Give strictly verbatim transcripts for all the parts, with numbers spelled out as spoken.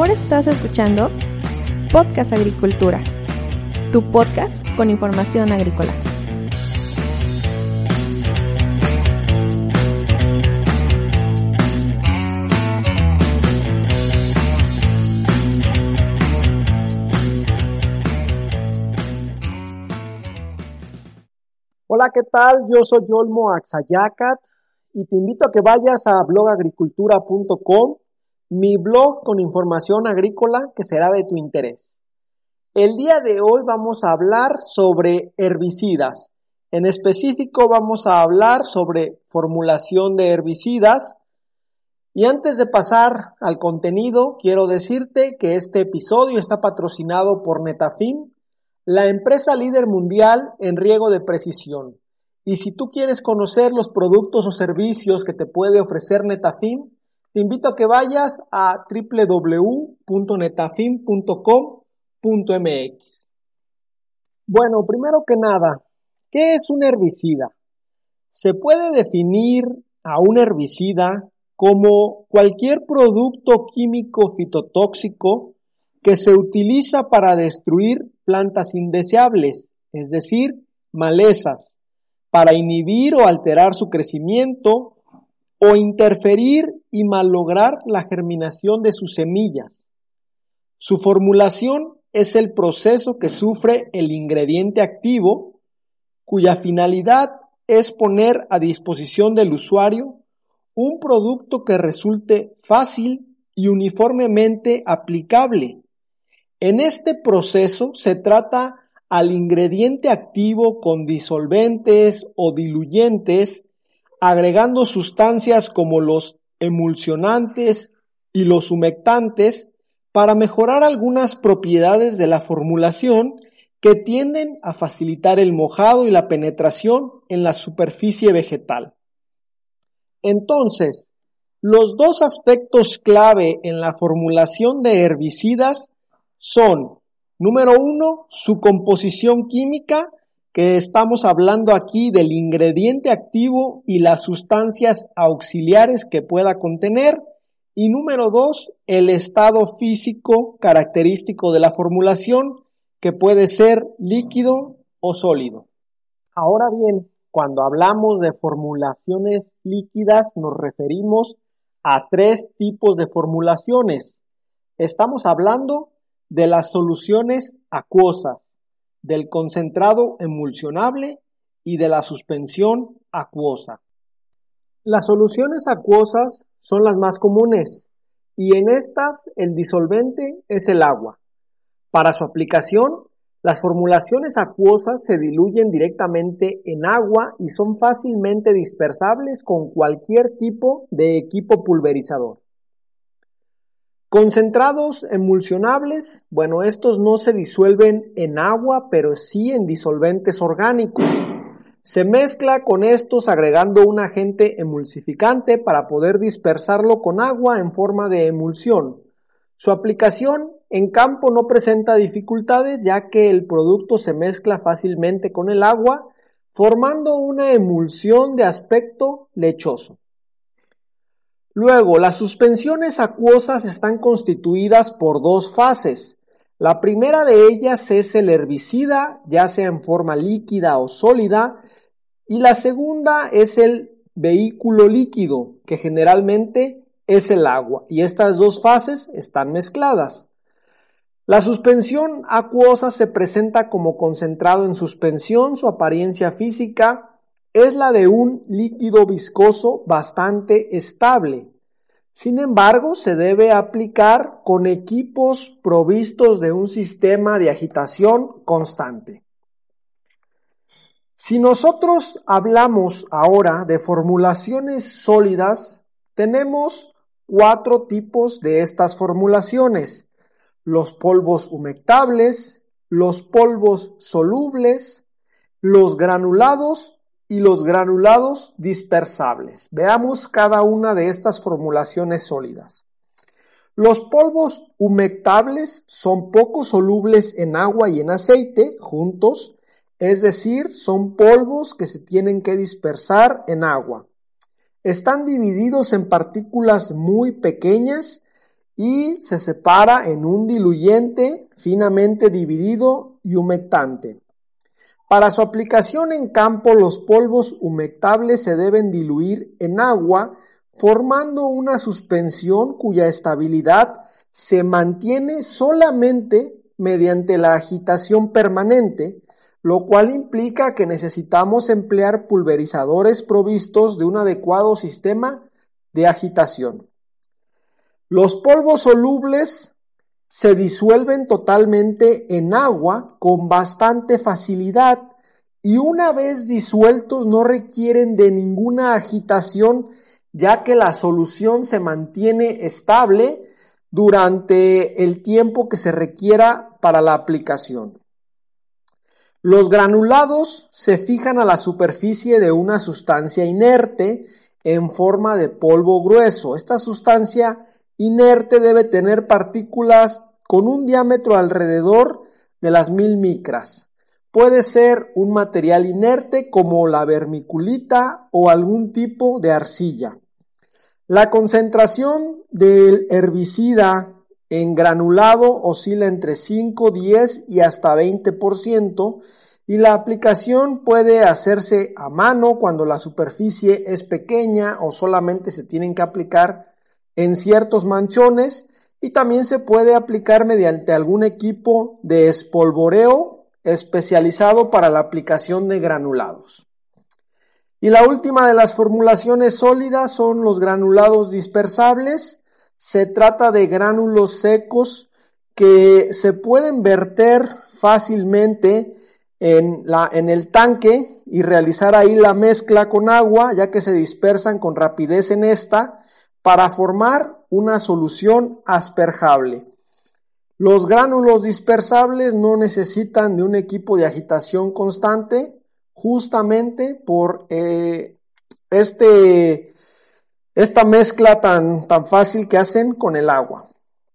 Ahora estás escuchando Podcast Agricultura, tu podcast con información agrícola. Hola, ¿qué tal? Yo soy Olmo Axayacat y te invito a que vayas a blog agricultura punto com, mi blog con información agrícola que será de tu interés. El día de hoy vamos a hablar sobre herbicidas. En específico vamos a hablar sobre formulación de herbicidas. Y antes de pasar al contenido, quiero decirte que este episodio está patrocinado por Netafim, la empresa líder mundial en riego de precisión. Y si tú quieres conocer los productos o servicios que te puede ofrecer Netafim, te invito a que vayas a doble u doble u doble u punto netafim punto com punto m x. Bueno, primero que nada, ¿qué es un herbicida? Se puede definir a un herbicida como cualquier producto químico fitotóxico que se utiliza para destruir plantas indeseables, es decir, malezas, para inhibir o alterar su crecimiento o interferir y malograr la germinación de sus semillas. Su formulación es el proceso que sufre el ingrediente activo, cuya finalidad es poner a disposición del usuario un producto que resulte fácil y uniformemente aplicable. En este proceso se trata al ingrediente activo con disolventes o diluyentes, agregando sustancias como los emulsionantes y los humectantes para mejorar algunas propiedades de la formulación que tienden a facilitar el mojado y la penetración en la superficie vegetal. Entonces, los dos aspectos clave en la formulación de herbicidas son, número uno, su composición química, que estamos hablando aquí del ingrediente activo y las sustancias auxiliares que pueda contener, y número dos, el estado físico característico de la formulación, que puede ser líquido o sólido. Ahora bien, cuando hablamos de formulaciones líquidas nos referimos a tres tipos de formulaciones. Estamos hablando de las soluciones acuosas, del concentrado emulsionable y de la suspensión acuosa. Las soluciones acuosas son las más comunes y en estas el disolvente es el agua. Para su aplicación, las formulaciones acuosas se diluyen directamente en agua y son fácilmente dispersables con cualquier tipo de equipo pulverizador. Concentrados emulsionables, bueno, estos no se disuelven en agua, pero sí en disolventes orgánicos. Se mezcla con estos agregando un agente emulsificante para poder dispersarlo con agua en forma de emulsión. Su aplicación en campo no presenta dificultades, ya que el producto se mezcla fácilmente con el agua, formando una emulsión de aspecto lechoso. Luego, las suspensiones acuosas están constituidas por dos fases. La primera de ellas es el herbicida, ya sea en forma líquida o sólida, y la segunda es el vehículo líquido, que generalmente es el agua, y estas dos fases están mezcladas. La suspensión acuosa se presenta como concentrado en suspensión. Su apariencia física es la de un líquido viscoso bastante estable. Sin embargo, se debe aplicar con equipos provistos de un sistema de agitación constante. Si nosotros hablamos ahora de formulaciones sólidas, tenemos cuatro tipos de estas formulaciones: los polvos humectables, los polvos solubles, los granulados y los granulados dispersables. Veamos cada una de estas formulaciones sólidas. Los polvos humectables son poco solubles en agua y en aceite juntos, es decir, son polvos que se tienen que dispersar en agua. Están divididos en partículas muy pequeñas y se separa en un diluyente finamente dividido y humectante. Para su aplicación en campo, los polvos humectables se deben diluir en agua, formando una suspensión cuya estabilidad se mantiene solamente mediante la agitación permanente, lo cual implica que necesitamos emplear pulverizadores provistos de un adecuado sistema de agitación. Los polvos solubles se disuelven totalmente en agua con bastante facilidad y una vez disueltos no requieren de ninguna agitación, ya que la solución se mantiene estable durante el tiempo que se requiera para la aplicación. Los granulados se fijan a la superficie de una sustancia inerte en forma de polvo grueso. Esta sustancia inerte debe tener partículas con un diámetro alrededor de las mil micras. Puede ser un material inerte como la vermiculita o algún tipo de arcilla. La concentración del herbicida en granulado oscila entre cinco, diez y hasta veinte por ciento y la aplicación puede hacerse a mano cuando la superficie es pequeña o solamente se tienen que aplicar en ciertos manchones y también se puede aplicar mediante algún equipo de espolvoreo especializado para la aplicación de granulados. Y la última de las formulaciones sólidas son los granulados dispersables. Se trata de gránulos secos que se pueden verter fácilmente en, la, en el tanque y realizar ahí la mezcla con agua, ya que se dispersan con rapidez en esta, para formar una solución asperjable. Los gránulos dispersables no necesitan de un equipo de agitación constante, justamente por eh, este, esta mezcla tan, tan fácil que hacen con el agua.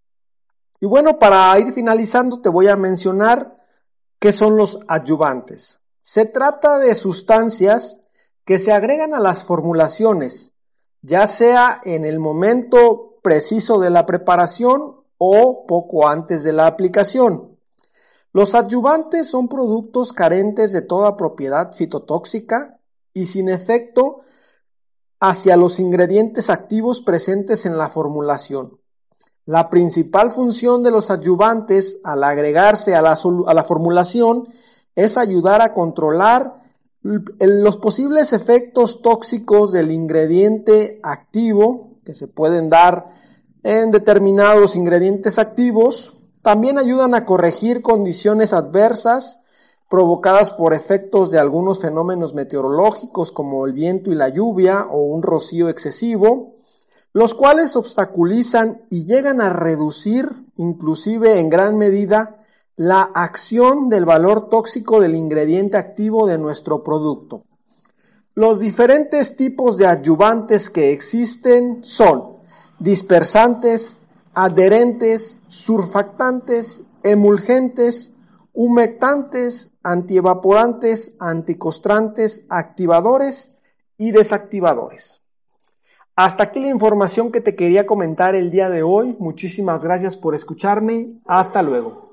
Y bueno, para ir finalizando te voy a mencionar qué son los adyuvantes. Se trata de sustancias que se agregan a las formulaciones, ya sea en el momento preciso de la preparación o poco antes de la aplicación. Los adyuvantes son productos carentes de toda propiedad fitotóxica y sin efecto hacia los ingredientes activos presentes en la formulación. La principal función de los adyuvantes al agregarse a la, a la formulación es ayudar a controlar los posibles efectos tóxicos del ingrediente activo que se pueden dar en determinados ingredientes activos. También ayudan a corregir condiciones adversas provocadas por efectos de algunos fenómenos meteorológicos como el viento y la lluvia o un rocío excesivo, los cuales obstaculizan y llegan a reducir, inclusive en gran medida, la acción del valor tóxico del ingrediente activo de nuestro producto. Los diferentes tipos de adyuvantes que existen son dispersantes, adherentes, surfactantes, emulgentes, humectantes, antievaporantes, anticostrantes, activadores y desactivadores. Hasta aquí la información que te quería comentar el día de hoy. Muchísimas gracias por escucharme. Hasta luego.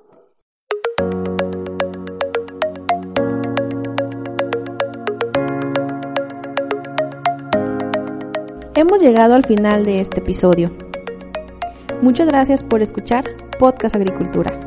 Hemos llegado al final de este episodio. Muchas gracias por escuchar Podcast Agricultura.